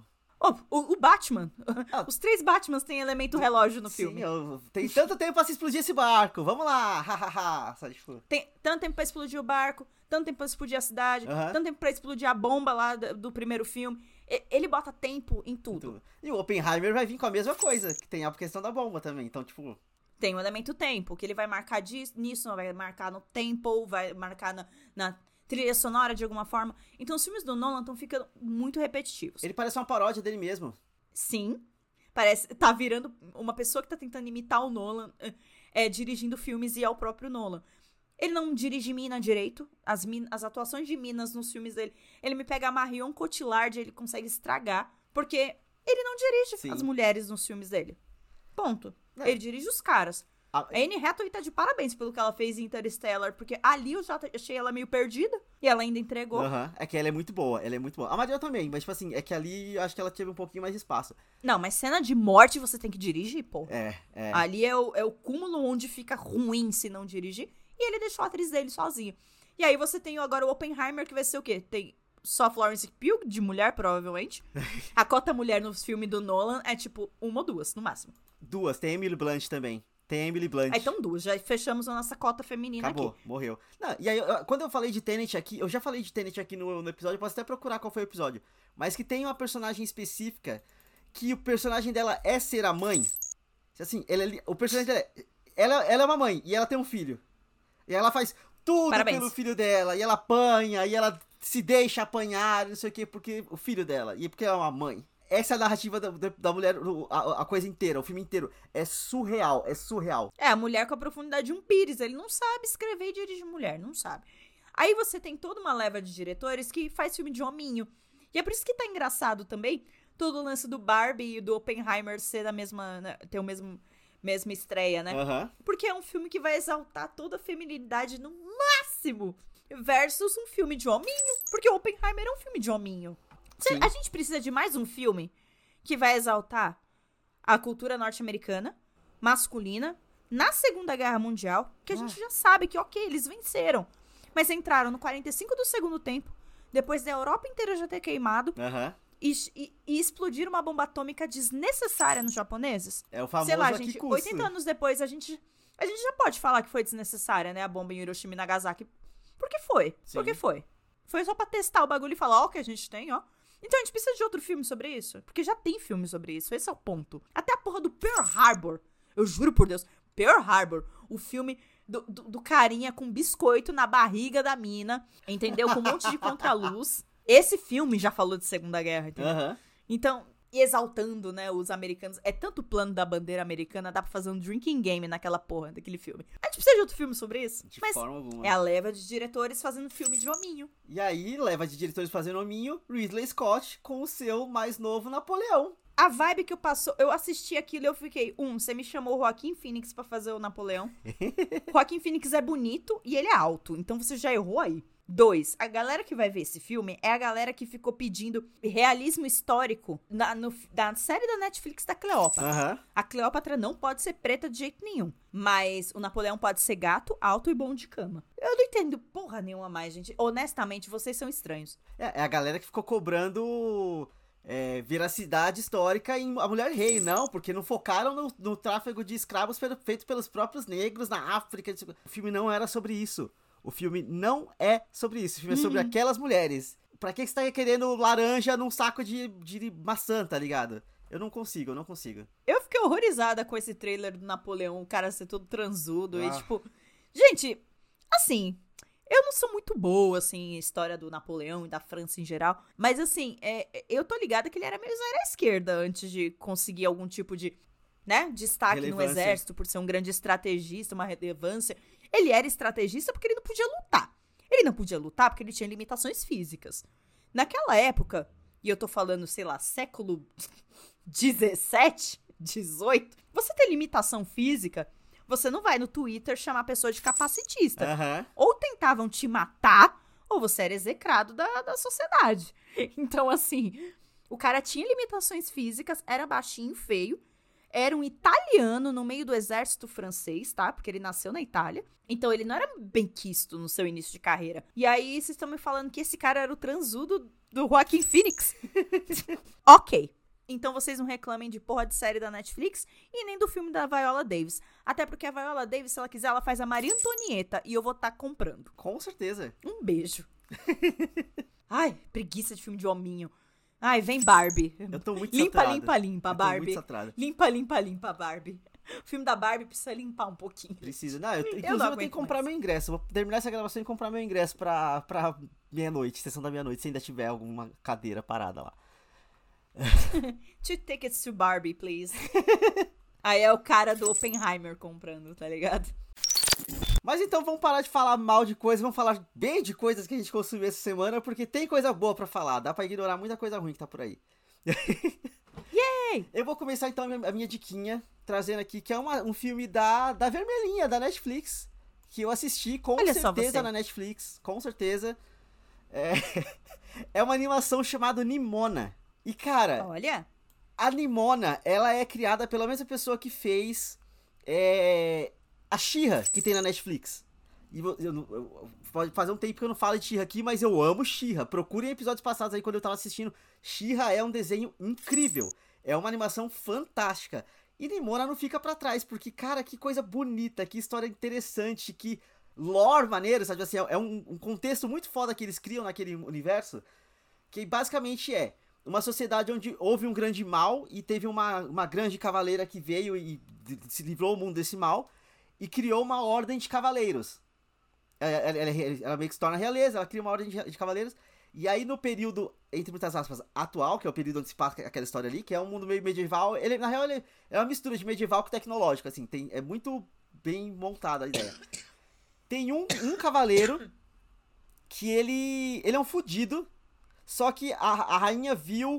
O Batman. Os 3 Batmans têm elemento relógio no filme. Sim, tem tanto tempo pra se explodir esse barco, vamos lá, hahaha. Tipo... Tem tanto tempo pra explodir o barco, tanto tempo pra explodir a cidade, tanto tempo pra explodir a bomba lá do primeiro filme. Ele bota tempo em tudo. E o Oppenheimer vai vir com a mesma coisa, que tem a questão da bomba também, então, tipo... Tem o elemento tempo, que ele vai marcar nisso, vai marcar no tempo, vai marcar na trilha sonora de alguma forma. Então os filmes do Nolan estão ficando muito repetitivos. Ele parece uma paródia dele mesmo. Sim. Parece, tá virando uma pessoa que tá tentando imitar o Nolan, dirigindo filmes e é o próprio Nolan. Ele não dirige Mina direito. As atuações de Minas nos filmes dele. Ele me pega a Marion Cotillard, ele consegue estragar. Porque ele não dirige as mulheres nos filmes dele. Ponto. Ele dirige os caras. A Anne Hathaway tá de parabéns pelo que ela fez em Interstellar, porque ali eu já achei ela meio perdida, e ela ainda entregou. É que ela é muito boa, A Marion também, mas tipo assim, é que ali eu acho que ela teve um pouquinho mais de espaço. Não, mas cena de morte você tem que dirigir, pô. É. Ali é o cúmulo onde fica ruim se não dirigir, e ele deixou a atriz dele sozinha. E aí você tem agora o Oppenheimer, que vai ser o quê? Tem só Florence Pugh, de mulher, provavelmente. A cota mulher no filme do Nolan é tipo 1 ou 2, no máximo. 2, tem Emily Blunt também. Tem Emily Blunt. Então 2, já fechamos a nossa cota feminina. Acabou, aqui. Morreu. Não, e aí, quando eu falei de Tenet aqui, eu já falei de Tenet aqui no episódio, posso até procurar qual foi o episódio. Mas que tem uma personagem específica, que o personagem dela é ser a mãe. Assim, o personagem dela ela é uma mãe, e ela tem um filho. E ela faz tudo pelo filho dela, e ela apanha, e ela se deixa apanhar, não sei o quê, porque o filho dela, e porque ela é uma mãe. Essa é a narrativa da mulher, a coisa inteira, o filme inteiro. É surreal. A mulher com a profundidade de um pires. Ele não sabe escrever e dirigir mulher, não sabe. Aí você tem toda uma leva de diretores que faz filme de hominho. E é por isso que tá engraçado também todo o lance do Barbie e do Oppenheimer ser da mesma, né, ter o mesma estreia, né? Porque é um filme que vai exaltar toda a feminilidade no máximo. Versus um filme de hominho. Porque o Oppenheimer é um filme de hominho. A gente precisa de mais um filme que vai exaltar a cultura norte-americana, masculina, na Segunda Guerra Mundial, que a gente já sabe que, ok, eles venceram. Mas entraram no 45 do segundo tempo, depois da Europa inteira já ter queimado, e explodiram uma bomba atômica desnecessária nos japoneses. É o famoso sei lá, gente, 80 anos depois, a gente já pode falar que foi desnecessária, né, a bomba em Hiroshima e Nagasaki. Por que foi? Sim. Por que foi? Foi só pra testar o bagulho e falar, ó, o que a gente tem, ó. Então a gente precisa de outro filme sobre isso. Porque já tem filme sobre isso. Esse é o ponto. Até a porra do Pearl Harbor. Eu juro por Deus. Pearl Harbor. O filme do carinha com biscoito na barriga da mina. Entendeu? Com um monte de contraluz. Esse filme já falou de Segunda Guerra, entendeu? Então, exaltando, né, os americanos. É tanto plano da bandeira americana, dá pra fazer um drinking game naquela porra daquele filme. A gente precisa de outro filme sobre isso. De forma alguma. É a leva de diretores fazendo filme de hominho. E aí, leva de diretores fazendo hominho, Ridley Scott com o seu mais novo Napoleão. A vibe que eu assisti aquilo e eu fiquei, você me chamou o Joaquin Phoenix pra fazer o Napoleão. Joaquin Phoenix é bonito e ele é alto, então você já errou aí. 2, a galera que vai ver esse filme é a galera que ficou pedindo realismo histórico da série da Netflix da Cleópatra. A Cleópatra não pode ser preta de jeito nenhum, mas o Napoleão pode ser gato, alto e bom de cama. Eu não entendo porra nenhuma mais, gente. Honestamente, vocês são estranhos. É a galera que ficou cobrando veracidade histórica em A Mulher Rei, não, porque não focaram no tráfego de escravos feito pelos próprios negros na África. O filme não era sobre isso. O filme não é sobre isso. O filme é sobre aquelas mulheres. Pra que você tá querendo laranja num saco de maçã, tá ligado? Eu não consigo. Eu fiquei horrorizada com esse trailer do Napoleão, o cara ser todo transudo e, Ah. tipo... Gente, assim, eu não sou muito boa, assim, em história do Napoleão e da França em geral, mas, assim, eu tô ligada que ele era meio zero à esquerda antes de conseguir algum tipo de, né, destaque no Relevância. exército, por ser um grande estrategista, uma relevância. Ele era estrategista porque ele não podia lutar. Ele não podia lutar porque ele tinha limitações físicas. Naquela época, e eu tô falando, sei lá, século 17, 18, você tem limitação física, você não vai no Twitter chamar a pessoa de capacitista. Aham. Ou tentavam te matar, ou você era execrado da sociedade. Então, assim, o cara tinha limitações físicas, era baixinho, feio, era um italiano no meio do exército francês, tá? Porque ele nasceu na Itália. Então, ele não era benquisto no seu início de carreira. E aí, vocês estão me falando que esse cara era o transudo do Joaquin Phoenix? Ok. Então vocês não reclamem de porra de série da Netflix e nem do filme da Viola Davis. Até porque a Viola Davis, se ela quiser, ela faz a Maria Antonieta e eu vou estar comprando. Com certeza. Um beijo. Ai, preguiça de filme de hominho. Ai, vem Barbie. Eu tô muito Limpa, saturado. limpa, limpa, Eu tô Barbie. muito saturado. Limpa, limpa, limpa, Barbie. O filme da Barbie precisa limpar um pouquinho. Precisa. Não, inclusive não eu tenho aguento que comprar mais. meu ingresso. Vou terminar essa gravação e comprar meu ingresso pra meia-noite, sessão da meia-noite, se ainda tiver alguma cadeira parada lá. 2 tickets to Barbie, please. Aí é o cara do Oppenheimer comprando, tá ligado? Mas então vamos parar de falar mal de coisas, vamos falar bem de coisas que a gente consumiu essa semana, porque tem coisa boa pra falar, dá pra ignorar muita coisa ruim que tá por aí. Yay! Eu vou começar então a minha diquinha, trazendo aqui, que é um filme da Vermelhinha, da Netflix, que eu assisti com Olha só certeza você. na Netflix, com certeza. É uma animação chamada Nimona. E cara, Olha, a Nimona, ela é criada pela mesma pessoa que fez a She-Ra, que tem na Netflix. E pode fazer um tempo que eu não falo de She-Ra aqui, mas eu amo She-Ra. Procurem episódios passados aí quando eu tava assistindo. She-Ra é um desenho incrível. É uma animação fantástica. E Nimona não fica pra trás, porque, cara, que coisa bonita, que história interessante, que lore maneiro, sabe? Assim, é um contexto muito foda que eles criam naquele universo, que basicamente é uma sociedade onde houve um grande mal e teve uma grande cavaleira que veio e se livrou o mundo desse mal e criou uma ordem de cavaleiros. Ela meio que se torna realeza, ela cria uma ordem de cavaleiros. E aí no período, entre muitas aspas, atual, que é o período onde se passa aquela história ali, que é um mundo meio medieval, na real ele é uma mistura de medieval com tecnológico, assim, é muito bem montada a ideia. Tem um cavaleiro que ele é um fudido, só que a rainha viu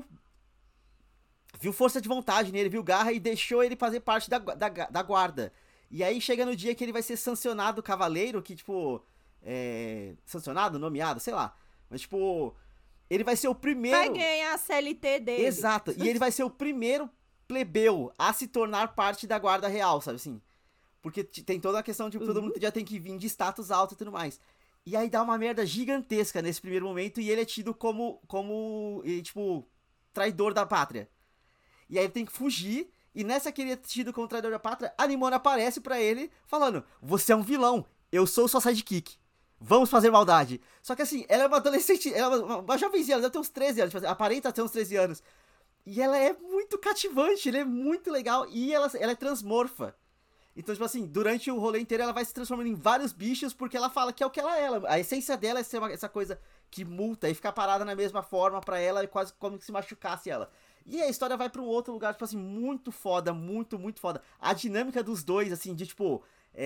força de vontade nele, viu garra e deixou ele fazer parte da guarda. E aí chega no dia que ele vai ser sancionado cavaleiro, que tipo, sancionado, nomeado, sei lá. Mas tipo, ele vai ser o primeiro... vai ganhar a CLT dele. Exato, e ele vai ser o primeiro plebeu a se tornar parte da guarda real, sabe assim? Porque tem toda a questão de todo mundo já tem que vir de status alto e tudo mais. E aí dá uma merda gigantesca nesse primeiro momento e ele é tido como tipo, traidor da pátria. E aí ele tem que fugir, e nessa que ele é tido como traidor da pátria, a Nimona aparece pra ele falando: você é um vilão, eu sou sua sidekick, vamos fazer maldade. Só que assim, ela é uma adolescente, ela é uma jovenzinha, ela deve ter uns 13 anos, aparenta ter uns 13 anos. E ela é muito cativante, ela é muito legal, e ela é transmorfa. Então, tipo assim, durante o rolê inteiro ela vai se transformando em vários bichos porque ela fala que é o que ela é. A essência dela é ser essa coisa que multa e ficar parada na mesma forma pra ela e quase como se machucasse ela. E a história vai pra um outro lugar, tipo assim, muito foda, muito, muito foda. A dinâmica dos dois, assim, de tipo,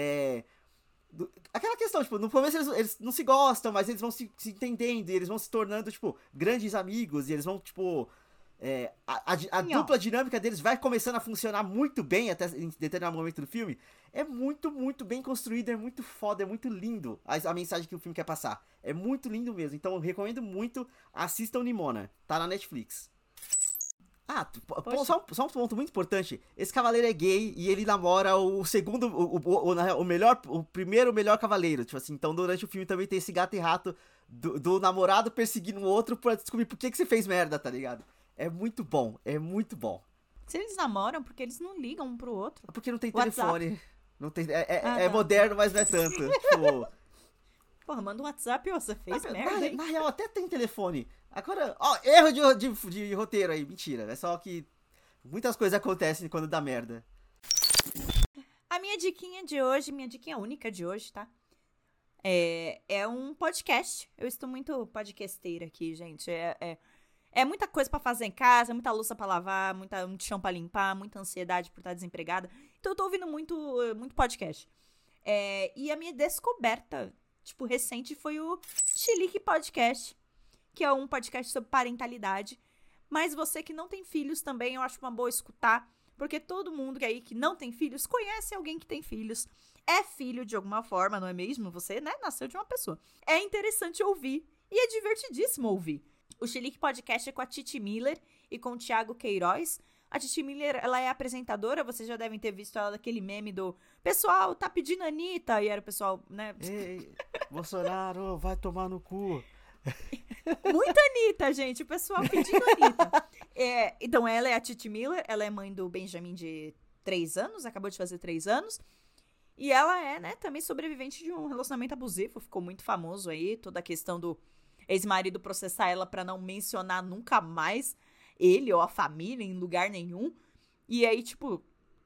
aquela questão, tipo, no começo eles não se gostam, mas eles vão se entendendo e eles vão se tornando, tipo, grandes amigos e eles vão, tipo... a dupla dinâmica deles vai começando a funcionar muito bem até em determinado momento do filme. É muito, muito bem construído, é muito foda, é muito lindo a mensagem que o filme quer passar. É muito lindo mesmo, então eu recomendo muito, assistam Nimona, tá na Netflix. Só um ponto muito importante. Esse cavaleiro é gay e ele namora o segundo, o primeiro melhor cavaleiro, tipo assim. Então durante o filme também tem esse gato e rato do namorado perseguindo o outro pra descobrir por que você fez merda, tá ligado? É muito bom, é muito bom. Se eles namoram, porque eles não ligam um pro outro. Porque não tem WhatsApp. telefone. Não tem, Tá. moderno, mas não é tanto. Tipo... Porra, manda um WhatsApp, você fez merda, hein? Na real, até tem telefone. Agora, ó, erro de roteiro aí, mentira. É só que Muitas coisas acontecem quando dá merda. A minha diquinha de hoje, minha diquinha única de hoje, tá? É um podcast. Eu estou muito podcasteira aqui, gente. É muita coisa pra fazer em casa, muita louça pra lavar, muito chão pra limpar, muita ansiedade por estar desempregada. Então eu tô ouvindo muito podcast. E a minha descoberta, tipo, recente foi o Chilique Podcast, que é um podcast sobre parentalidade. Mas você que não tem filhos também, eu acho uma boa escutar, porque todo mundo aí que não tem filhos conhece alguém que tem filhos. É filho de alguma forma, não é mesmo? Você, né, nasceu de uma pessoa. É interessante ouvir e é divertidíssimo ouvir. O Chilique Podcast é com a Titi Miller e com o Thiago Queiroz. A Titi Miller, ela é apresentadora, vocês já devem ter visto ela daquele meme do pessoal tá pedindo a Anitta, e era o pessoal, né? Ei, Bolsonaro, vai tomar no cu. Muita Anitta, gente, o pessoal pedindo a Anitta. Então, ela é a Titi Miller, ela é mãe do Benjamin de 3 anos, acabou de fazer 3 anos. E ela é, né, também sobrevivente de um relacionamento abusivo, ficou muito famoso aí, toda a questão do ex-marido processar ela pra não mencionar nunca mais ele ou a família em lugar nenhum. E aí, tipo,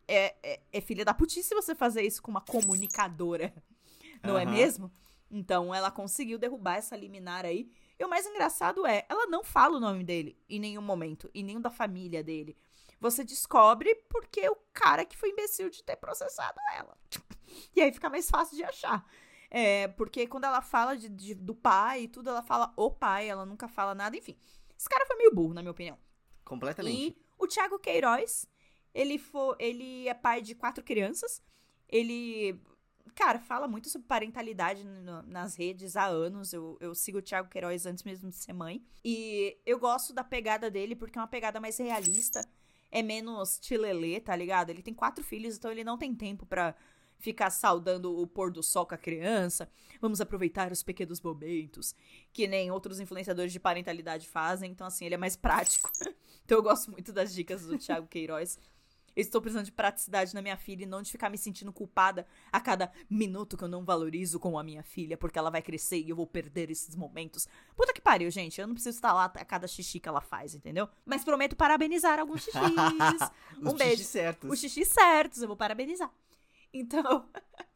é filha da putice você fazer isso com uma comunicadora, não é mesmo? Então, ela conseguiu derrubar essa liminar aí. E o mais engraçado ela não fala o nome dele em nenhum momento, e nem o da família dele. Você descobre porque o cara que foi imbecil de ter processado ela. E aí fica mais fácil de achar. Porque quando ela fala do pai e tudo, ela fala o pai, ela nunca fala nada, enfim. Esse cara foi meio burro, na minha opinião. Completamente. E o Thiago Queiroz, ele é pai de 4 crianças. Ele, cara, fala muito sobre parentalidade nas redes há anos. Eu sigo o Thiago Queiroz antes mesmo de ser mãe. E eu gosto da pegada dele porque é uma pegada mais realista. É menos tilelê, tá ligado? Ele tem 4 filhos, então ele não tem tempo pra ficar saudando o pôr do sol com a criança. Vamos aproveitar os pequenos momentos, que nem outros influenciadores de parentalidade fazem. Então, assim, ele é mais prático. Então, eu gosto muito das dicas do Thiago Queiroz. Eu estou precisando de praticidade na minha filha e não de ficar me sentindo culpada a cada minuto que eu não valorizo com a minha filha, porque ela vai crescer e eu vou perder esses momentos. Puta que pariu, gente. Eu não preciso estar lá a cada xixi que ela faz, entendeu? Mas prometo parabenizar alguns xixis. Um beijo. Xixi certos. Os xixis certos, eu vou parabenizar. Então,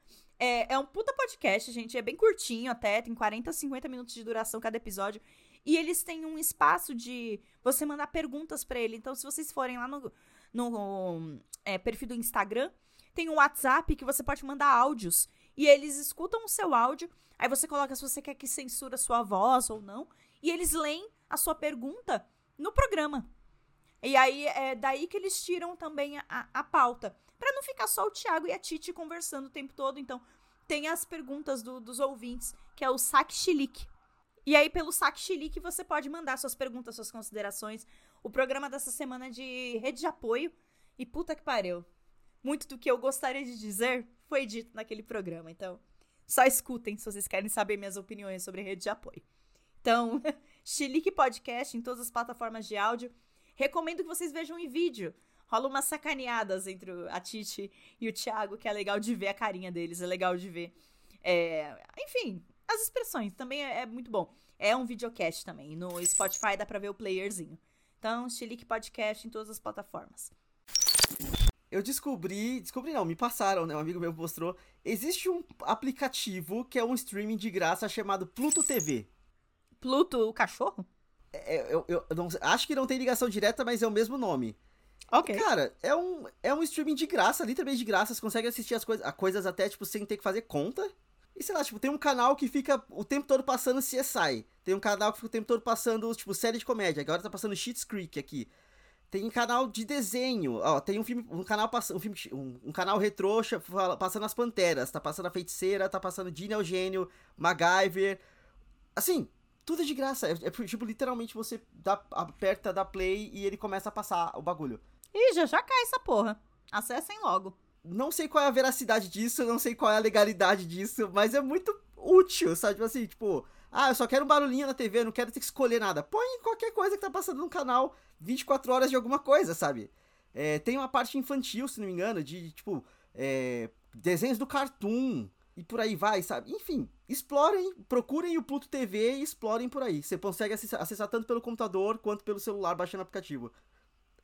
é um puta podcast, gente. É bem curtinho até, tem 40, 50 minutos de duração cada episódio. E eles têm um espaço de você mandar perguntas pra ele. Então, se vocês forem lá no perfil do Instagram, tem um WhatsApp que você pode mandar áudios. E eles escutam o seu áudio. Aí você coloca se você quer que censura a sua voz ou não. E eles leem a sua pergunta no programa. E aí é daí que eles tiram também a pauta. Pra não ficar só o Thiago e a Titi conversando o tempo todo. Então, tem as perguntas dos ouvintes, que é o Saque Chilique. E aí, pelo Saque Chilique, você pode mandar suas perguntas, suas considerações. O programa dessa semana é de rede de apoio. E puta que pariu. Muito do que eu gostaria de dizer foi dito naquele programa. Então, só escutem se vocês querem saber minhas opiniões sobre rede de apoio. Então, Chilique Podcast em todas as plataformas de áudio. Recomendo que vocês vejam em vídeo. Rola umas sacaneadas entre a Titi e o Thiago, que é legal de ver a carinha deles, é legal de ver. Enfim, as expressões também é muito bom. É um videocast também. No Spotify dá pra ver o playerzinho. Então, Chilique Podcast em todas as plataformas. Eu descobri não, me passaram, né? Um amigo meu mostrou. Existe um aplicativo que é um streaming de graça chamado Pluto TV. Pluto, o cachorro? Eu não, acho que não tem ligação direta, mas é o mesmo nome. Ok. Cara, é um streaming de graça, literalmente de graça. Você consegue assistir as coisas até, tipo, sem ter que fazer conta. E sei lá, tipo, tem um canal que fica o tempo todo passando CSI. Tem um canal que fica o tempo todo passando, tipo, série de comédia. Agora tá passando Schitt's Creek aqui. Tem um canal de desenho. Ó, tem um canal retrô passando as Panteras. Tá passando a Feiticeira, tá passando Dina Eugênio, MacGyver. Assim, tudo é de graça. Tipo, literalmente você aperta, dá play e ele começa a passar o bagulho. Ih, já cai essa porra. Acessem logo. Não sei qual é a veracidade disso, não sei qual é a legalidade disso, mas é muito útil, sabe? Tipo assim, tipo, eu só quero um barulhinho na TV, não quero ter que escolher nada. Põe qualquer coisa que tá passando no canal 24 horas de alguma coisa, sabe? Tem uma parte infantil, se não me engano, de, tipo, desenhos do Cartoon e por aí vai, sabe? Enfim, explorem, procurem o Pluto TV e explorem por aí. Você consegue acessar tanto pelo computador quanto pelo celular baixando o aplicativo.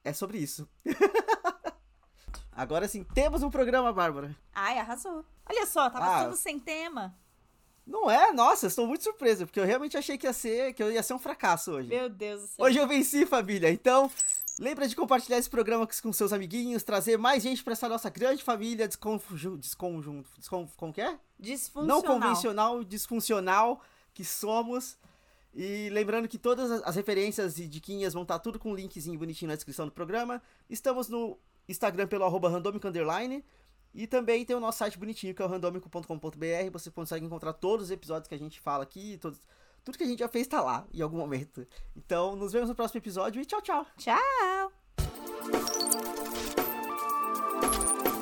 é sobre isso. Agora sim, temos um programa, Bárbara. Ai, arrasou. Olha só, tava tudo sem tema. Não é? Nossa, eu estou muito surpresa, porque eu realmente achei que eu ia ser um fracasso hoje. Meu Deus do céu. Hoje eu venci, família. Então, lembra de compartilhar esse programa com seus amiguinhos, trazer mais gente para essa nossa grande família como que é? Disfuncional. Não convencional, disfuncional que somos. E lembrando que todas as referências e diquinhas vão estar tudo com um linkzinho bonitinho na descrição do programa. Estamos no Instagram pelo @randomico_. E também tem o nosso site bonitinho, que é o randomico.com.br. Você consegue encontrar todos os episódios que a gente fala aqui, tudo que a gente já fez tá lá, em algum momento. Então, nos vemos no próximo episódio e tchau, tchau! Tchau!